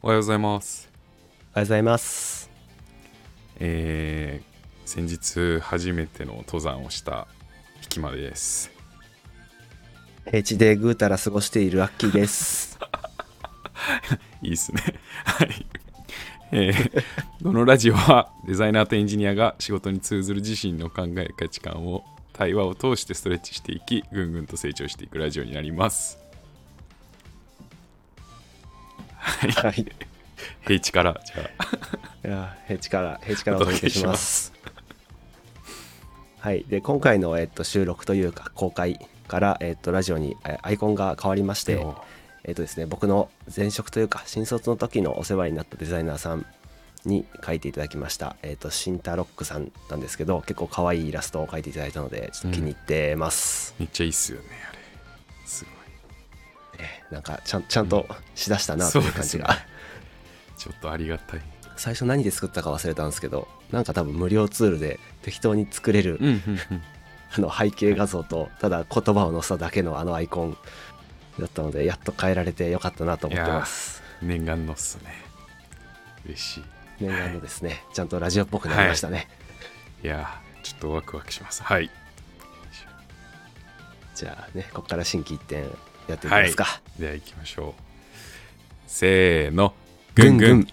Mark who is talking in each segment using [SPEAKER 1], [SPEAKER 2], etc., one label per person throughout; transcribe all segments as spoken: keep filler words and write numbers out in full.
[SPEAKER 1] おはようございます。
[SPEAKER 2] おはようございます。
[SPEAKER 1] えー、先日初めての登山をしたひきまです。
[SPEAKER 2] 平地でぐうたら過ごしているアッキーです
[SPEAKER 1] いいですねはい、えー、このラジオはデザイナーとエンジニアが仕事に通ずる自身の考え価値観を対話を通してストレッチしていき、ぐんぐんと成長していくラジオになります。はい、はい、平地からじゃ
[SPEAKER 2] あいや平地から平地からお届けしますはい。で今回の、えっと、収録というか公開から、えっと、ラジオにアイコンが変わりまして、えっとですね、僕の前職というか新卒の時のお世話になったデザイナーさんに描いていただきました、えっと、シンタロックさんなんですけど、結構可愛いイラストを描いていただいたのでちょっと気に入ってます、
[SPEAKER 1] うん、めっちゃいいっすよね。あれすごい、
[SPEAKER 2] えー、なんかちゃん、ちゃんとしだしたなという感じが、うんね、
[SPEAKER 1] ちょっとありがたい。
[SPEAKER 2] 最初何で作ったか忘れたんですけど、なんか多分無料ツールで適当に作れる、うんうんうん、あの背景画像とただ言葉を載せただけのあのアイコンだったので、やっと変えられてよかったなと思ってます。
[SPEAKER 1] 念願のっすね。嬉しい。
[SPEAKER 2] 念願のですね、はい、ちゃんとラジオっぽくなりましたね、はい、
[SPEAKER 1] いやちょっとワクワクします。はい、
[SPEAKER 2] じゃあね、ここから心機一転やっていきますか。
[SPEAKER 1] はい、では行きましょう。せーの、ぐんぐん。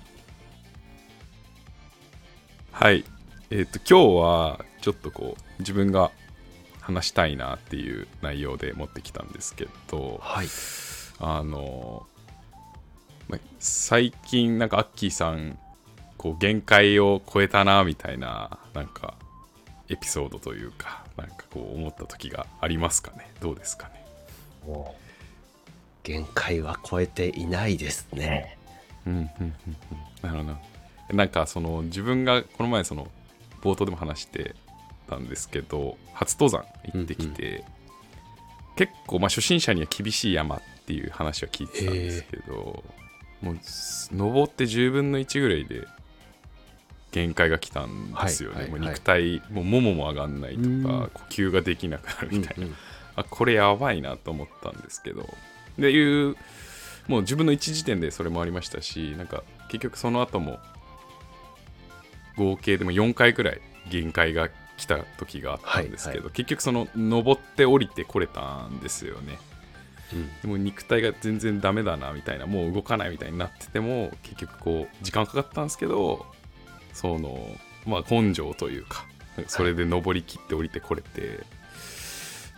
[SPEAKER 1] はい、えっと今日はちょっとこう自分が話したいなっていう内容で持ってきたんですけど、
[SPEAKER 2] はい、
[SPEAKER 1] あの最近なんかアッキーさんこう限界を超えたなみたいななんかエピソードというか、なんかこう思った時がありますかね。どうですかね。
[SPEAKER 2] お限界は超えていないですね。
[SPEAKER 1] うんうんうんうん。なるほど。なんかその自分がこの前その冒頭でも話してたんですけど、初登山行ってきて、うんうん、結構まあ初心者には厳しい山っていう話は聞いてたんですけど、もう登ってじゅうぶんのいちぐらいで限界が来たんですよね、はいはいはい、もう肉体もうももも上がんないとか呼吸ができなくなるみたいな、うんうん、あこれやばいなと思ったんですけど、でいうもう自分の一時点でそれもありましたし、なんか結局その後も合計でもよんかいくらい限界が来た時があったんですけど、はいはい、結局その登って降りてこれたんですよね、うん、でも肉体が全然ダメだなみたいな、もう動かないみたいになってても結局こう時間かかったんですけど、そのまあ根性というかそれで登り切って降りてこれて、はい、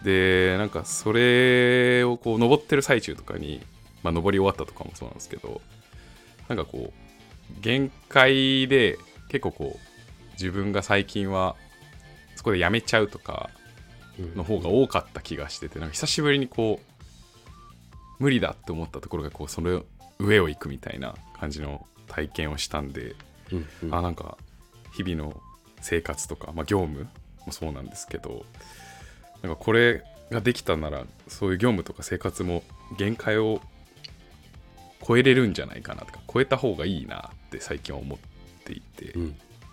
[SPEAKER 1] でなんかそれをこう登ってる最中とかに、まあ、登り終わったとかもそうなんですけど、なんかこう限界で結構こう自分が最近はそこでやめちゃうとかの方が多かった気がしてて、なんか久しぶりにこう無理だって思ったところがこうその上を行くみたいな感じの体験をしたんで、うんうん、あなんか日々の生活とか、まあ、業務もそうなんですけど、なんかこれができたならそういう業務とか生活も限界を超えれるんじゃないかなとか、超えた方がいいなって最近は思っていて、うん、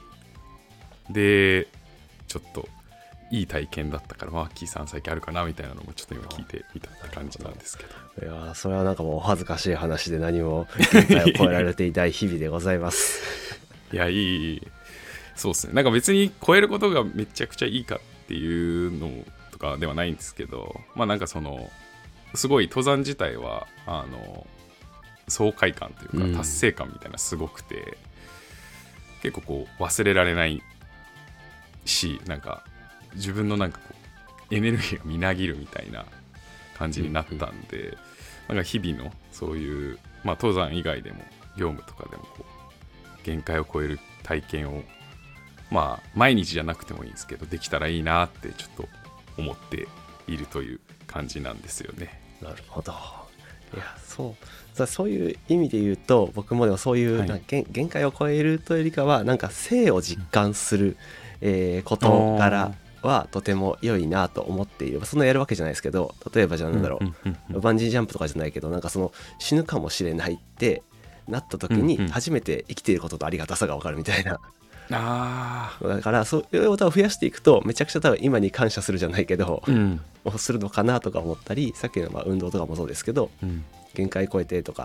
[SPEAKER 1] でちょっといい体験だったから、マーキーさん最近あるかなみたいなのもちょっと今聞いてみたって感じなんですけど。
[SPEAKER 2] いやそれはなんかもうお恥ずかしい話で、何も限界を超えられていない日々でございます
[SPEAKER 1] いやいいそうですね。なんか別に超えることがめちゃくちゃいいかっていうのとかではないんですけど、まあなんかそのすごい登山自体はあの爽快感というか達成感みたいなすごくて、うん、結構こう忘れられないし、なんか自分のなんかこうエネルギーがみなぎるみたいな感じになったんで、うんうん、なんか日々のそういう、まあ、登山以外でも業務とかでもこう限界を超える体験を、まあ毎日じゃなくてもいいんですけどできたらいいなってちょっと思っているという感じなんですよね。
[SPEAKER 2] なるほど。いやそうそういう意味で言うと、僕もでもそういう、はい、なんか限界を超えるというよりかはなんか生を実感する、うんえー、事柄はとても良いなと思っている。そんなやるわけじゃないですけど、例えばじゃあなんだろう、うんうんうんうん、バンジージャンプとかじゃないけど、なんかその死ぬかもしれないってなった時に初めて生きていることとありがたさが分かるみたいな、
[SPEAKER 1] あ
[SPEAKER 2] だからそういうことを増やしていくとめちゃくちゃ多分今に感謝するじゃないけど、うん、するのかなとか思ったり、さっきのまあ運動とかもそうですけど、うん、限界超えてとか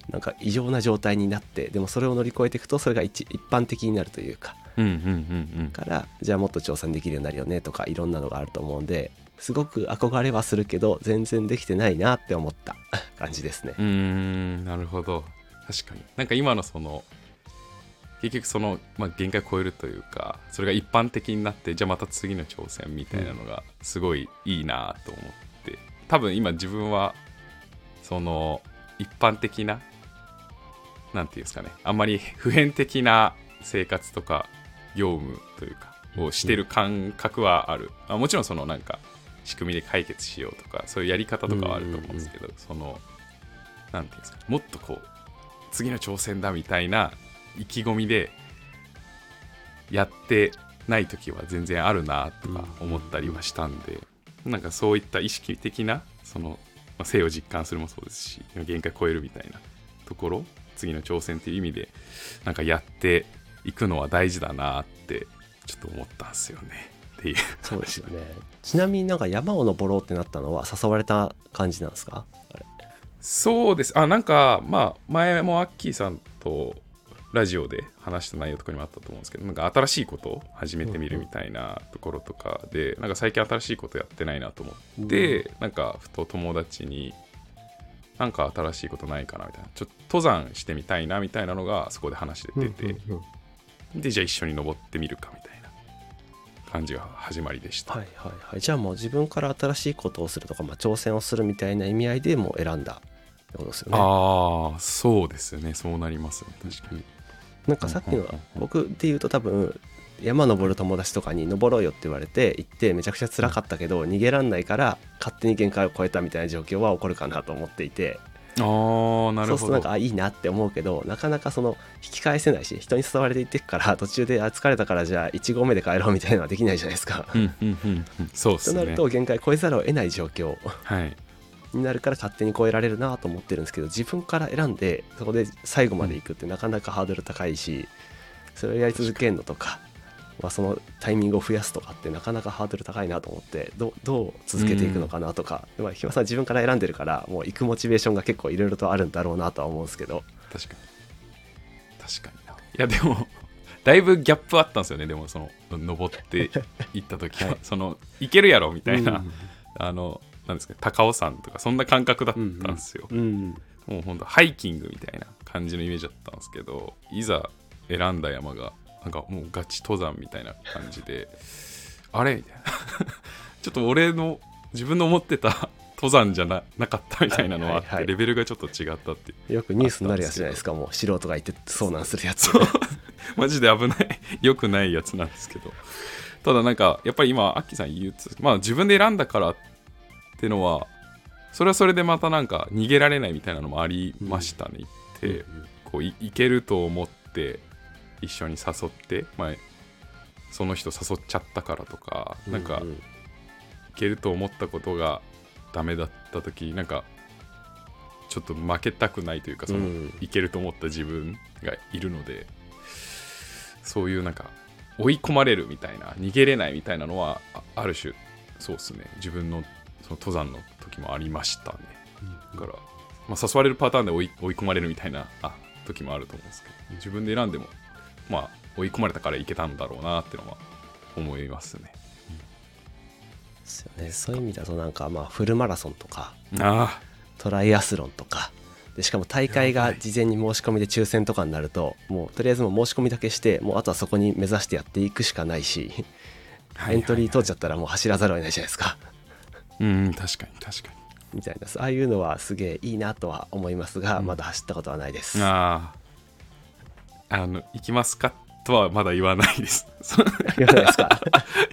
[SPEAKER 2] なんか異常な状態になって、でもそれを乗り越えていくとそれが 一, 一般的になるというか、
[SPEAKER 1] うんうんうんうん
[SPEAKER 2] からじゃあもっと挑戦できるようになるよねとか、いろんなのがあると思うんで、すごく憧れはするけど全然できてないなって思った感じですね。
[SPEAKER 1] うーん、なるほど。確かになんか今のその結局その、まあ、限界を超えるというか、それが一般的になって、じゃあまた次の挑戦みたいなのがすごいいいなと思って、うん、多分今自分はその一般的ななんていうんですかね、あんまり普遍的な生活とか業務というかをしてる感覚はある、うん、あもちろんそのなんか仕組みで解決しようとかそういうやり方とかはあると思うんですけど、うんうんうん、そのなんていうんですか、もっとこう次の挑戦だみたいな意気込みでやってない時は全然あるなとか思ったりはしたんで、うん、なんかそういった意識的なその、まあ、性を実感するもそうですし、限界超えるみたいなところ、次の挑戦っていう意味でなんかやっていくのは大事だなってちょっと思ったんですよねっていう。
[SPEAKER 2] そうですよね。ちなみになんか山を登ろうってなったのは誘われた感じなんですか？あれ
[SPEAKER 1] そうです。あ、なんかまあ前もアッキーさんとラジオで話した内容とかにもあったと思うんですけど、なんか新しいことを始めてみるみたいなところとかで、うんうん、なんか最近新しいことやってないなと思って、うん、なんかふと友達になんか新しいことないかなみたいな、ちょっと登山してみたいなみたいなのがそこで話して出て、うんうんうん、でじゃあ一緒に登ってみるかみたいな感じが始まりでした。
[SPEAKER 2] はいはいはい。じゃあもう自分から新しいことをするとか、まあ、挑戦をするみたいな意味合いでもう選んだってことですよね。
[SPEAKER 1] ああ、そうですよね。そうなりますね。確かに。
[SPEAKER 2] なんかさっきの僕で言うと、多分山登る友達とかに登ろうよって言われて行ってめちゃくちゃ辛かったけど逃げらんないから勝手に限界を超えたみたいな状況は起こるかなと思っていて、
[SPEAKER 1] あー、なるほど。
[SPEAKER 2] そうするとなんかあいいなって思うけど、なかなかその引き返せないし、人に誘われて行ってくから途中であ疲れたからじゃあいち合目で帰ろうみたいなのはできないじゃないですか。
[SPEAKER 1] うんうんうんうん、そうですね。
[SPEAKER 2] となると限界超えざるを得ない状況、
[SPEAKER 1] はい、
[SPEAKER 2] になるから勝手に超えられるなと思ってるんですけど、自分から選んでそこで最後まで行くってなかなかハードル高いし、それをやり続けるのとか、まあ、そのタイミングを増やすとかってなかなかハードル高いなと思って、 ど, どう続けていくのかなとか、うん、ひまさん自分から選んでるからもう行くモチベーションが結構いろいろとあるんだろうなとは思うんですけど。
[SPEAKER 1] 確かに確かにな。いやでもだいぶギャップあったんですよね。でもその登って行った時は、はい、その行けるやろみたいな、うん、あのなんですか、高尾山とかそんな感覚だったんですよ、うんうん、もうほんとハイキングみたいな感じのイメージだったんですけど、いざ選んだ山がなんかもうガチ登山みたいな感じであれみたいなちょっと俺の自分の思ってた登山じゃ な, なかったみたいなのはあって、はいはいはい、レベルがちょっと違ったって。
[SPEAKER 2] よくニュースになるやつじゃないですか、もう素人がいて遭難するやつ
[SPEAKER 1] マジで危ない良くないやつなんですけど、ただなんかやっぱり今アッキーさん言うつ、まあ自分で選んだからってのはそれはそれでまたなんか逃げられないみたいなのもありましたね、うん、ってこう い, いけると思って一緒に誘って、まあ、その人誘っちゃったからとか、うんうん、なんかいけると思ったことがダメだった時、なんかちょっと負けたくないというか、その、うん、いけると思った自分がいるので、そういうなんか追い込まれるみたいな、逃げれないみたいなのは あ, ある種そうですね、自分のその登山の時もありましたね、うん、だから、まあ、誘われるパターンで追 い, 追い込まれるみたいなあ時もあると思うんですけど、自分で選んでもまあ追い込まれたからいけたんだろうなっていうのは思いますね、うん、
[SPEAKER 2] ですよね。そういう意味だとなんかまあフルマラソンとか
[SPEAKER 1] あ
[SPEAKER 2] トライアスロンとかで、しかも大会が事前に申し込みで抽選とかになると、もうとりあえずもう申し込みだけして、もうあとはそこに目指してやっていくしかないし、はいはいはい、エントリー通っちゃったらもう走らざるを得ないじゃないですか。
[SPEAKER 1] うん、確かに確かに
[SPEAKER 2] みたいな、ああいうのはすげえいいなとは思いますが、うん、まだ走ったことはないです。
[SPEAKER 1] ああの行きますかとはまだ言わないです
[SPEAKER 2] 言わないですか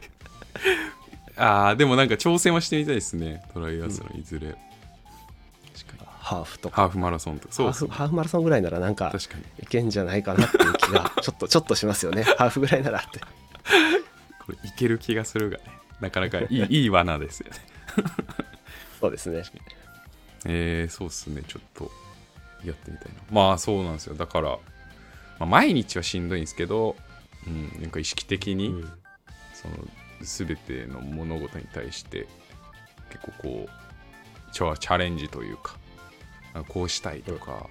[SPEAKER 1] ああでもなんか挑戦はしてみたいですね、トライアスロンいずれ、うん、
[SPEAKER 2] ハーフとか
[SPEAKER 1] ハーフマラソンとか、そうですね、
[SPEAKER 2] ハーフ、ハーフマラソンぐらいならなんかいけんじゃないかなっていう気がちょっとちょっとしますよねハーフぐらいならって
[SPEAKER 1] これいける気がするがね、なかなかいいいい罠ですよね
[SPEAKER 2] そうですね。
[SPEAKER 1] えー、そうですね、ちょっとやってみたいな。まあそうなんですよ、だから、まあ、毎日はしんどいんですけど、うん、なんか意識的に、うん、その全ての物事に対して結構こうチャレンジというか、こうしたいとか、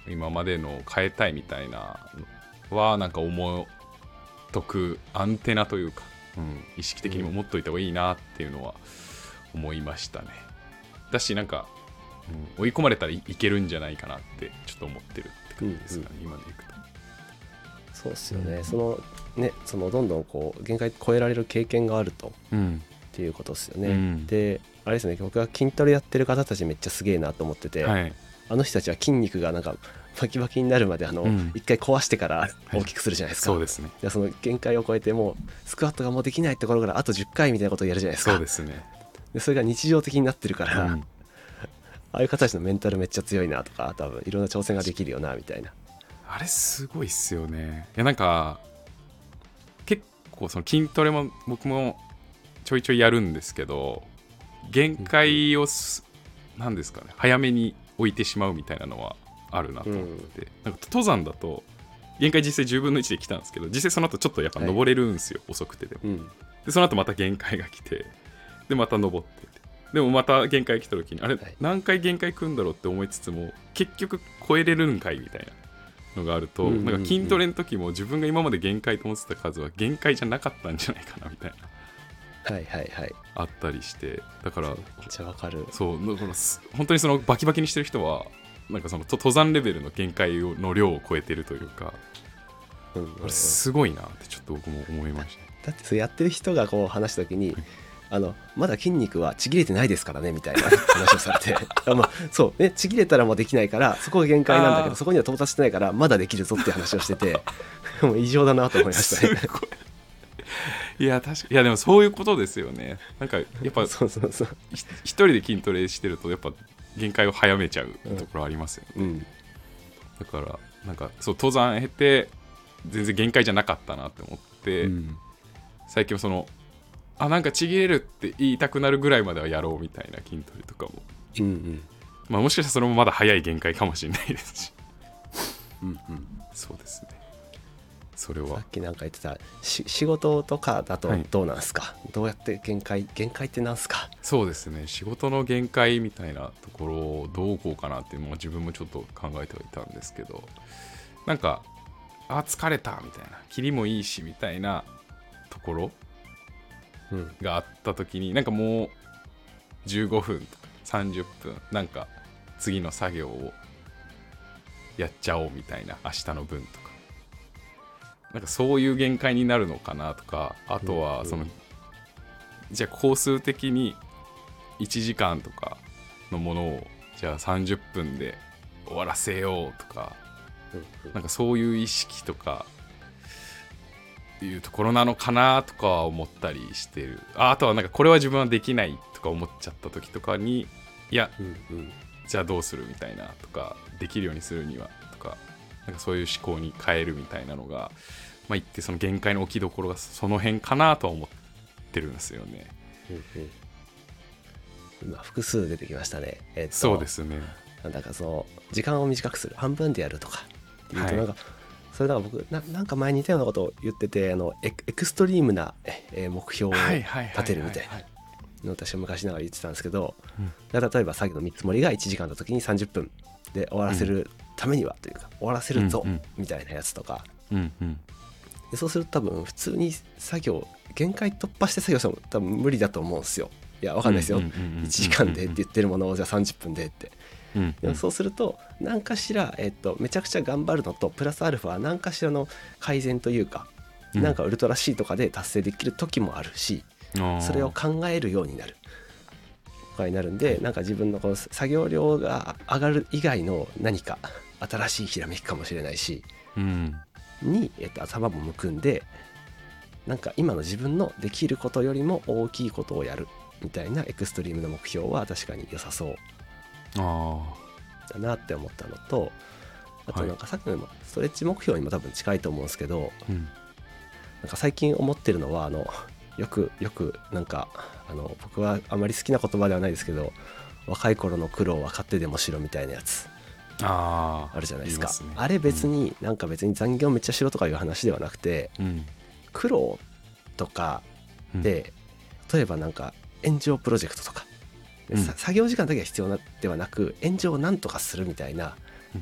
[SPEAKER 1] 今までのを変えたいみたいなのはなんか思っとくアンテナというか、うん、意識的にも持っといた方がいいなっていうのは思いましたね。だしなんか、うん、追い込まれたら い, いけるんじゃないかなってちょっと思ってるって感じですかね、うんうん、今でいくと。
[SPEAKER 2] そうですよね、うん、そのねそのどんどんこう限界超えられる経験があると、うん、っていうことですよね、うん、であれですね、僕は筋トレやってる方たちめっちゃすげえなと思ってて、はい、あの人たちは筋肉がなんかバキバキになるまであの、うん、一回壊してから大きくするじゃないですか、
[SPEAKER 1] はい、そうですね。
[SPEAKER 2] でその限界を超えてもうスクワットがもうできないところからあとじゅっかいみたいなことをやるじゃないですか。
[SPEAKER 1] そうですね。
[SPEAKER 2] でそれが日常的になってるから、うん、ああいう方たちのメンタルめっちゃ強いなとか、多分いろんな挑戦ができるよなみたいな。
[SPEAKER 1] あれすごいっすよね。いやなんか結構その筋トレも僕もちょいちょいやるんですけど、限界を何ですかね、早めに置いてしまうみたいなのはあるなと思ってて、うん、なんか登山だと限界実際じゅうぶんのいちで来たんですけど、実際その後ちょっとやっぱ登れるんですよ、はい、遅くてでも、うん、でその後また限界が来て、でまた登ってて、でもまた限界来た時にあれ、はい、何回限界来るんだろうって思いつつも結局超えれるんかいみたいなのがあると、うんうんうん、なんか筋トレの時も自分が今まで限界と思ってた数は限界じゃなかったんじゃないかなみたいな、
[SPEAKER 2] はいはいはい、
[SPEAKER 1] あったりして、だからめっ
[SPEAKER 2] ちゃわかる。
[SPEAKER 1] そうだから本当にそのバキバキにしてる人はなんかその登山レベルの限界の量を超えてるというか、うんうんうん、これすごいなってちょっと僕も思いました。
[SPEAKER 2] だってそれやってる人がこう話した時に、はい、あのまだ筋肉はちぎれてないですからねみたいな話をされてあ、まあ、そうね、ちぎれたらもうできないからそこが限界なんだけど、そこには到達してないからまだできるぞっていう話をしててもう異常だなと思いましたね。
[SPEAKER 1] いや確かいやでもそういうことですよね。なんかやっぱ
[SPEAKER 2] そうそうそう、
[SPEAKER 1] 一人で筋トレしてるとやっぱ限界を早めちゃうところありますよね、うん、だからなんかそう登山経て全然限界じゃなかったなって思って、うん、最近はそのあなんかちぎれるって言いたくなるぐらいまではやろうみたいな筋トレとかも、うんうん、まあ、もしかしたらそれもまだ早い限界かもしれないですしうん、うん、そうですね。それは
[SPEAKER 2] さっきなんか言ってたし仕事とかだとどうなんですか、はい、どうやって限界限界ってなんすか。
[SPEAKER 1] そうですね、仕事の限界みたいなところをどうこうかなっていうのも自分もちょっと考えてはいたんですけど、なんかあ疲れたみたいな、キリもいいしみたいなところがあった時に、うん、なんかもうじゅうごふんとかさんじゅっぷんなんか次の作業をやっちゃおうみたいな、明日の分とかなんかそういう限界になるのかなとか、あとはその、うんうん、じゃあ工数的にいちじかんとかのものをじゃあさんじゅっぷんで終わらせようとか、うんうん、なんかそういう意識とかいうところなのかなとかは思ったりしてる。 あ, あとはなんかこれは自分はできないとか思っちゃった時とかに、いや、うんうん、じゃあどうするみたいなとか、できるようにするにはとか、なんかそういう思考に変えるみたいなのが、まあ、言ってその限界の置きどころがその辺かなとは思ってるんですよね、うんうん、
[SPEAKER 2] 今複数出てきましたね、えー、っと
[SPEAKER 1] そうですね。
[SPEAKER 2] なんだかその時間を短くする、半分でやるとかっていうと、なんか、はい、それだから僕 な, なんか前に似たようなことを言ってて、あの エ, エクストリームな、えー、目標を立てるみたいなのを私は昔ながら言ってたんですけど、うん、だ例えば作業の見積もりがいちじかんの時にさんじゅっぷんで終わらせるためにはというか、うん、終わらせるぞ、うんうん、みたいなやつとか、うんうん、でそうすると多分普通に作業限界突破して作業しても多分無理だと思うんですよ。いやわかんないですよ、いちじかんでって言ってるものをじゃあさんじゅっぷんでって、うんうん、でもそうすると何かしら、えっと、めちゃくちゃ頑張るのとプラスアルファ何かしらの改善というか、うん、なんかウルトラ C とかで達成できる時もあるし、それを考えるようになるとかになるんで、なんか自分のこの作業量が上がる以外の何か新しいひらめきかもしれないし、うん、に、えっと、頭も向くんで、なんか今の自分のできることよりも大きいことをやるみたいなエクストリームな目標は確かに良さそうだなって思ったのと、あとなんかさっきのストレッチ目標にも多分近いと思うんですけど、うん、なんか最近思ってるのは、あのよくよくなんかあの僕はあまり好きな言葉ではないですけど、若い頃の苦労は買ってでもしろみたいなやつあ, あるじゃないですか。す、ね、あれ別に、うん、なんか別に残業めっちゃしろとかいう話ではなくて、うん、苦労とかで、うん、例えばなんか炎上プロジェクトとか、うん、作業時間だけが必要なではなく炎上をなんとかするみたいな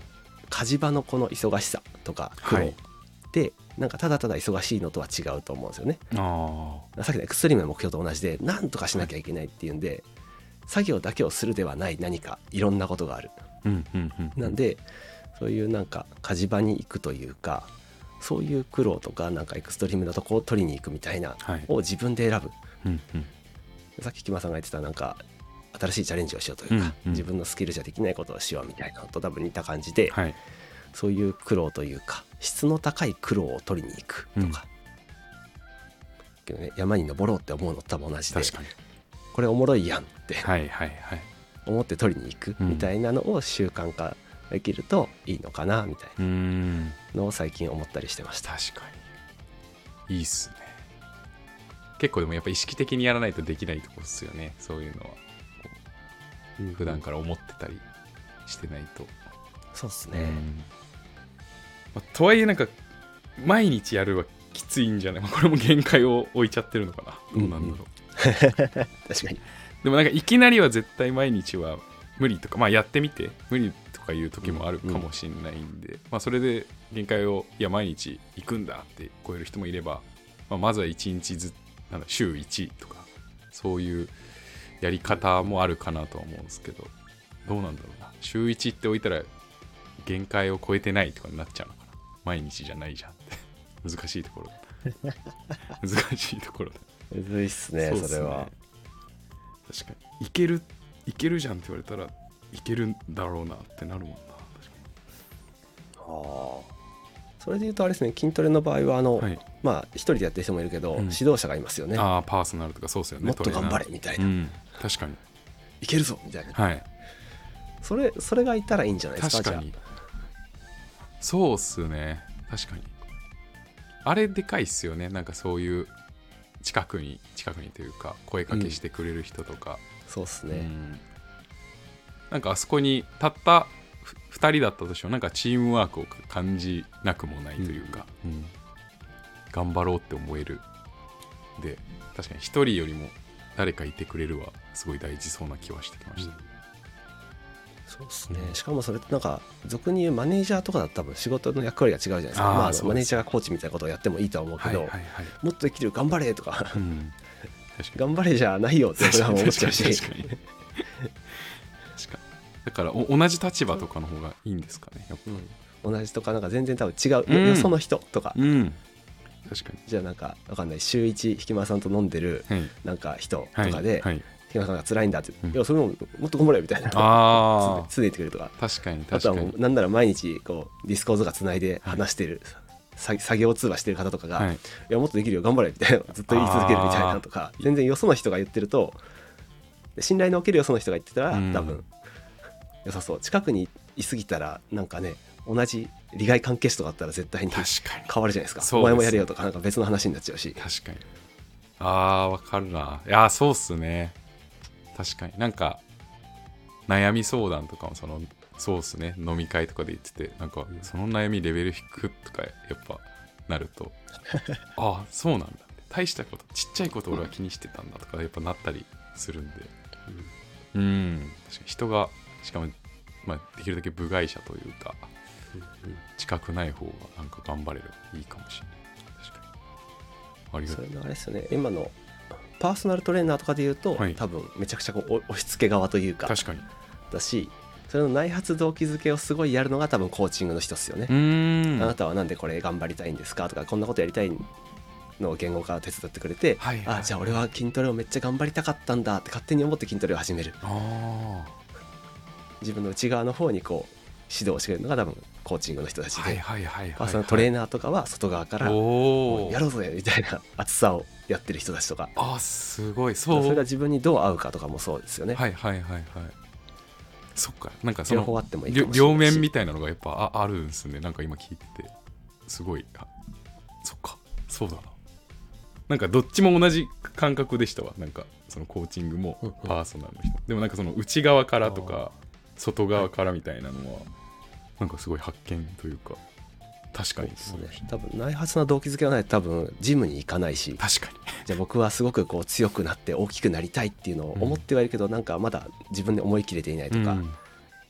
[SPEAKER 2] 火事場のこの忙しさとか苦労で、はい、なんかただただ忙しいのとは違うと思うんですよね。
[SPEAKER 1] あ
[SPEAKER 2] さっきのエクストリームの目標と同じで何とかしなきゃいけないっていうんで、はい、作業だけをするではない何かいろんなことがある、
[SPEAKER 1] うんうんうん、
[SPEAKER 2] なんでそういうなんか火事場に行くというかそういう苦労とかなんかエクストリームなとこを取りに行くみたいなを自分で選ぶ、
[SPEAKER 1] はいうんうん、
[SPEAKER 2] さっき木間さんが言ってたなんか新しいチャレンジをしようというか、うんうん、自分のスキルじゃできないことをしようみたいなのと多分似た感じで、はい、そういう苦労というか質の高い苦労を取りに行くとか、うん、けどね、山に登ろうって思うのと多分同じで、
[SPEAKER 1] 確かに
[SPEAKER 2] これおもろいやんって
[SPEAKER 1] はいはいはい、
[SPEAKER 2] 思って取りに行くみたいなのを習慣化できるといいのかなみたいなのを最近思ったりしてました。
[SPEAKER 1] 確かにいいっすね。結構でもやっぱ意識的にやらないとできないとこですよね、そういうのは。普段から思ってたりしてないと。
[SPEAKER 2] そうっすね、
[SPEAKER 1] うんまあ、とはいえなんか毎日やるはきついんじゃない、まあ、これも限界を置いちゃってるのかな、どうなんだろう、うんうん、
[SPEAKER 2] 確かに。
[SPEAKER 1] でもなんかいきなりは絶対毎日は無理とか、まあやってみて無理とかいう時もあるかもしれないんで、うんうん、まあ、それで限界をいや毎日行くんだって超える人もいれば、まあ、まずはいちにちずなんだ週いちとかそういうやり方もあるかなとは思うんですけど、どうなんだろうな、週いちって置いたら限界を超えてないとかになっちゃうのかな、毎日じゃないじゃんって難しいところだ難しいところだ
[SPEAKER 2] むずいっすね、 そ, すねそれは。
[SPEAKER 1] 確かにいけるいけるじゃんって言われたらいけるんだろうなってなるもんな。確か
[SPEAKER 2] に。はあ。それで言うとあれですね、筋トレの場合はあの、はい、まあ一人でやってる人もいるけど、うん、指導者がいますよね。
[SPEAKER 1] ああパーソナルとかそうですよね。
[SPEAKER 2] もっと頑張れみたいな、うん、
[SPEAKER 1] 確かに
[SPEAKER 2] いけるぞみたいな、
[SPEAKER 1] はい、
[SPEAKER 2] それそれがいたらいいんじゃないですか。
[SPEAKER 1] 確かにそうっすね。確かにあれでかいっすよね。なんかそういう近くに近くにというか声かけしてくれる人とか、
[SPEAKER 2] うん、そうっすね、うん、
[SPEAKER 1] なんかあそこにたったふたりだったとしてもなんかチームワークを感じなくもないというか、うんうん、頑張ろうって思える。で確かにひとりよりも誰かいてくれるはすごい大事そうな気はしてきました、うん、
[SPEAKER 2] そうですね。しかもそれってなんか俗に言うマネージャーとかだと多分仕事の役割が違うじゃないですか。あ、まあ、マネージャーがコーチみたいなことをやってもいいとは思うけど、はいはいはい、もっとできる頑張れとか、うん、確か頑張れじゃないよって思っちゃうし、確かに確かに
[SPEAKER 1] 確かにだから同じ立場とかの方がいいんですかね、やっぱ、
[SPEAKER 2] うん、同じとかなんか全然多分違う、うん、よその人とか、
[SPEAKER 1] うん、確かに。
[SPEAKER 2] じゃあなんか分かんない週一引間さんと飲んでるなんか人とかで、はいはい、引間さんが辛いんだって、うん、いやそれももっと頑張れみたいなあ常に言ってくれるとか、
[SPEAKER 1] 確かに確かに。
[SPEAKER 2] あとはもうなんなら毎日こうディスコードがつないで話してる、はい、作業通話してる方とかが、はい、いやもっとできるよ頑張れみたいなずっと言い続けるみたいなとか、全然よその人が言ってると信頼のおけるよその人が言ってたら、うん、多分良さそう。近くにいすぎたらなんかね、同じ利害関係者とかあったら絶対に変わるじゃないですか。ですお前もやれよとかなんか別の話になっちゃうし。
[SPEAKER 1] 確かに。あーわかるな。いやそうっすね。確かになんか悩み相談とかもそのそうっすね、飲み会とかで言っててなんかその悩みレベル低くとかやっぱなるとああそうなんだ、大したことちっちゃいこと俺は気にしてたんだとかやっぱなったりするんで、うん、うん確かに人がしかも、まあ、できるだけ部外者というか、うんうん、近くない方がなんか頑張れるいいかもしれない。確かにありがとう。
[SPEAKER 2] それのあれですよね、今のパーソナルトレーナーとかで言うと、はい、多分めちゃくちゃこう押し付け側というか
[SPEAKER 1] 確かに
[SPEAKER 2] だし、それの内発動機づけをすごいやるのが多分コーチングの人ですよね。
[SPEAKER 1] うーん
[SPEAKER 2] あなたはなんでこれ頑張りたいんですかとか、こんなことやりたいのを言語化を手伝ってくれて、はいはいはい、あじゃあ俺は筋トレをめっちゃ頑張りたかったんだって勝手に思って筋トレを始める。あ自分の内側の方にこう指導してくれるのが多分コーチングの人たちで、はいはいはいはいはい、パーソナルトレーナーとかは外側からやろうぜみたいな熱さをやってる人たちとか、
[SPEAKER 1] あすごいそう、
[SPEAKER 2] それが自分にどう合うかとかもそうですよね。
[SPEAKER 1] はいはいはいはい。そっか、なんかその
[SPEAKER 2] 両方あってもいいかもしれないし、
[SPEAKER 1] 両面みたいなのがやっぱ あ, あるんですね。なんか今聞いててすごい、あそっかそうだな、なんかどっちも同じ感覚でしたわ。なんかそのコーチングもパーソナルの人、うんうん、でもなんかその内側からとか外側からみたいなのはなんかすごい発見というか、確かに
[SPEAKER 2] そうですね。多分内発な動機づけはないと多分ジムに行かないし、
[SPEAKER 1] 確かに
[SPEAKER 2] じゃあ僕はすごくこう強くなって大きくなりたいっていうのを思ってはいるけど、うん、なんかまだ自分で思い切れていないとか、うん、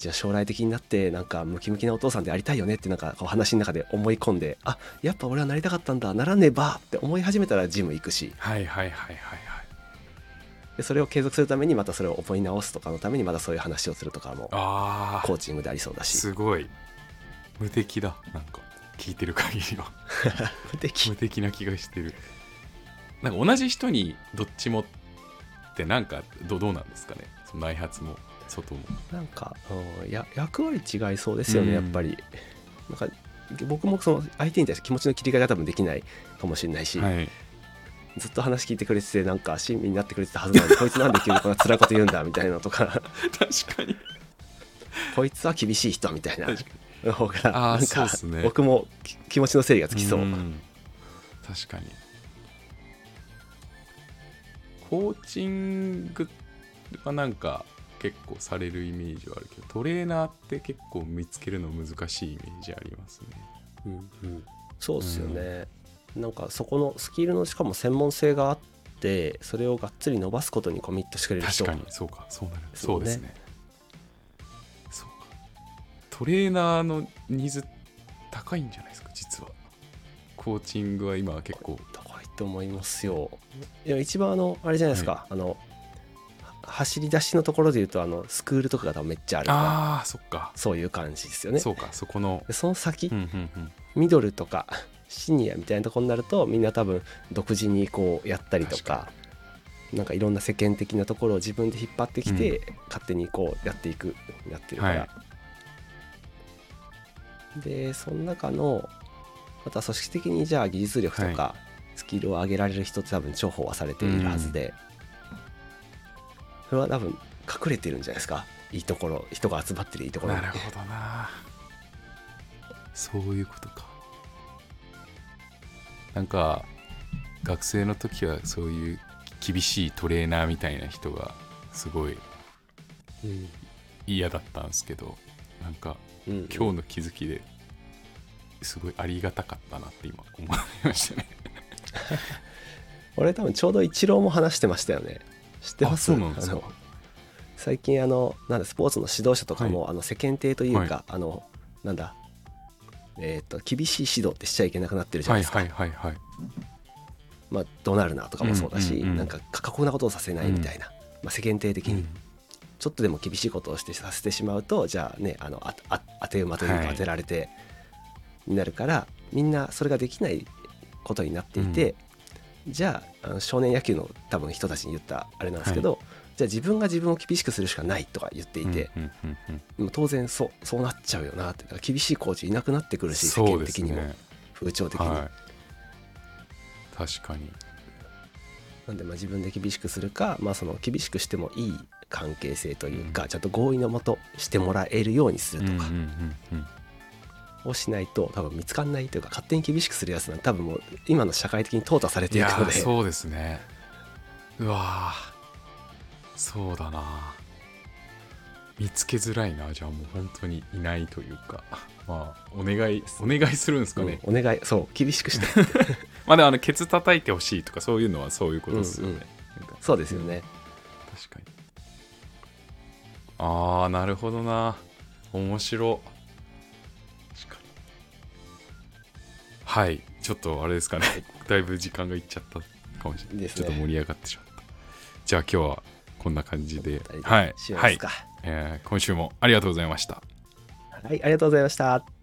[SPEAKER 2] じゃあ将来的になってなんかムキムキなお父さんでありたいよねってなんかこう話の中で思い込んで、あ、やっぱ俺はなりたかったんだ、ならねばって思い始めたらジム行くし、
[SPEAKER 1] はいはいはいはいはい。
[SPEAKER 2] でそれを継続するためにまたそれを思い直すとかのためにまたそういう話をするとかも
[SPEAKER 1] あ
[SPEAKER 2] コーチングでありそうだし。
[SPEAKER 1] すごい無敵だ。なんか聞いてる限りは
[SPEAKER 2] 無敵
[SPEAKER 1] 無敵な気がしてる。なんか同じ人にどっちもってなんか ど, どうなんですかね、その内発も外も。
[SPEAKER 2] なんか、うん、や役割違いそうですよね、やっぱり。なんか僕もその相手に対して気持ちの切り替えが多分できないかもしれないし、
[SPEAKER 1] はい、
[SPEAKER 2] ずっと話聞いてくれててなんか親身になってくれてたはずなのにこいつなんで急にこんな辛いこと言うんだみたいなのとか
[SPEAKER 1] 確かに
[SPEAKER 2] こいつは厳しい人みたいなの方が
[SPEAKER 1] あ
[SPEAKER 2] なんか
[SPEAKER 1] そうですね、
[SPEAKER 2] 僕も気持ちの整理がつきそう。
[SPEAKER 1] うん確かにコーチングはなんか結構されるイメージはあるけど、トレーナーって結構見つけるの難しいイメージありますね。
[SPEAKER 2] うんうん、そうですよね、うん、なんかそこのスキルのしかも専門性があってそれをがっつり伸ばすことにコミットしてくれる人。
[SPEAKER 1] 確かにそうか、そうなる、そうですね。そうか、トレーナーのニーズ高いんじゃないですか実は。コーチングは今は結構
[SPEAKER 2] 高いと思いますよ。いや一番あのあれじゃないですか、はい、あの走り出しのところで言うとあのスクールとかが多分めっちゃあるから、
[SPEAKER 1] あーそっか、
[SPEAKER 2] そういう感じですよね。
[SPEAKER 1] そうか、そこの
[SPEAKER 2] その先、
[SPEAKER 1] うんうんうん、
[SPEAKER 2] ミドルとかシニアみたいなところになるとみんな多分独自にこうやったりとか、なんかいろんな世間的なところを自分で引っ張ってきて、うん、勝手にこうやっていくやってるから、はい、でその中のまた組織的にじゃあ技術力とかスキルを上げられる人って多分重宝はされているはずで、うん、それは多分隠れてるんじゃないですか、いいところ、人が集まってるいいところに。
[SPEAKER 1] なるほどな、そういうことか。なんか学生の時はそういう厳しいトレーナーみたいな人がすごい嫌だったんですけど、なんか今日の気づきですごいありがたかったなって今思いましたね
[SPEAKER 2] 俺多分ちょうどイチローも話してましたよね。知ってます？
[SPEAKER 1] あ、そうなんですか。
[SPEAKER 2] あの最近あのなんだスポーツの指導者とかも、はい、あの世間体というか、はい、あのなんだえー、と厳しい指導ってしちゃいけなくなってるじゃないですか、はいはいはいはい、まあ、怒鳴るなとかもそうだし、うんうんうん、なんか過酷なことをさせないみたいな、うんまあ、世間体的に、うん、ちょっとでも厳しいことをしてさせてしまうとじゃあねあのああ当て馬というか当てられてになるから、はい、みんなそれができないことになっていて、うん、じゃあ、あの少年野球の多分人たちに言ったあれなんですけど、はい、じゃあ自分が自分を厳しくするしかないとか言っていて、うんうんうんうん、でも当然そう、そうなっちゃうよなって、だから厳しいコーチいなくなってくるし、世間的にも風潮的に、はい、
[SPEAKER 1] 確かに。
[SPEAKER 2] なんでまあ自分で厳しくするか、まあ、その厳しくしてもいい関係性というか、うん、ちゃんと合意のもとしてもらえるようにするとか、うんうんうんうんをしないと多分見つかんないというか、勝手に厳しくするやつなんて多分もう今の社会的に淘汰されているので。
[SPEAKER 1] いやそうですね。うわそうだな、見つけづらいな。じゃあもう本当にいないというか、まあお願いお願いするんですかね、
[SPEAKER 2] うん、お願い、そう厳しくして
[SPEAKER 1] まあでもあのケツ叩いてほしいとかそういうのはそういうことですよね、
[SPEAKER 2] うんうん、そうですよね、
[SPEAKER 1] うん、確かに。ああなるほどな、面白。はい、ちょっとあれですかね、だいぶ時間がいっちゃったかもしれない、ね、ちょっと盛り上がってしまった。じゃあ今日はこんな感じで、はい、はい、えー、今週もありがとうございました。
[SPEAKER 2] はい、ありがとうございました。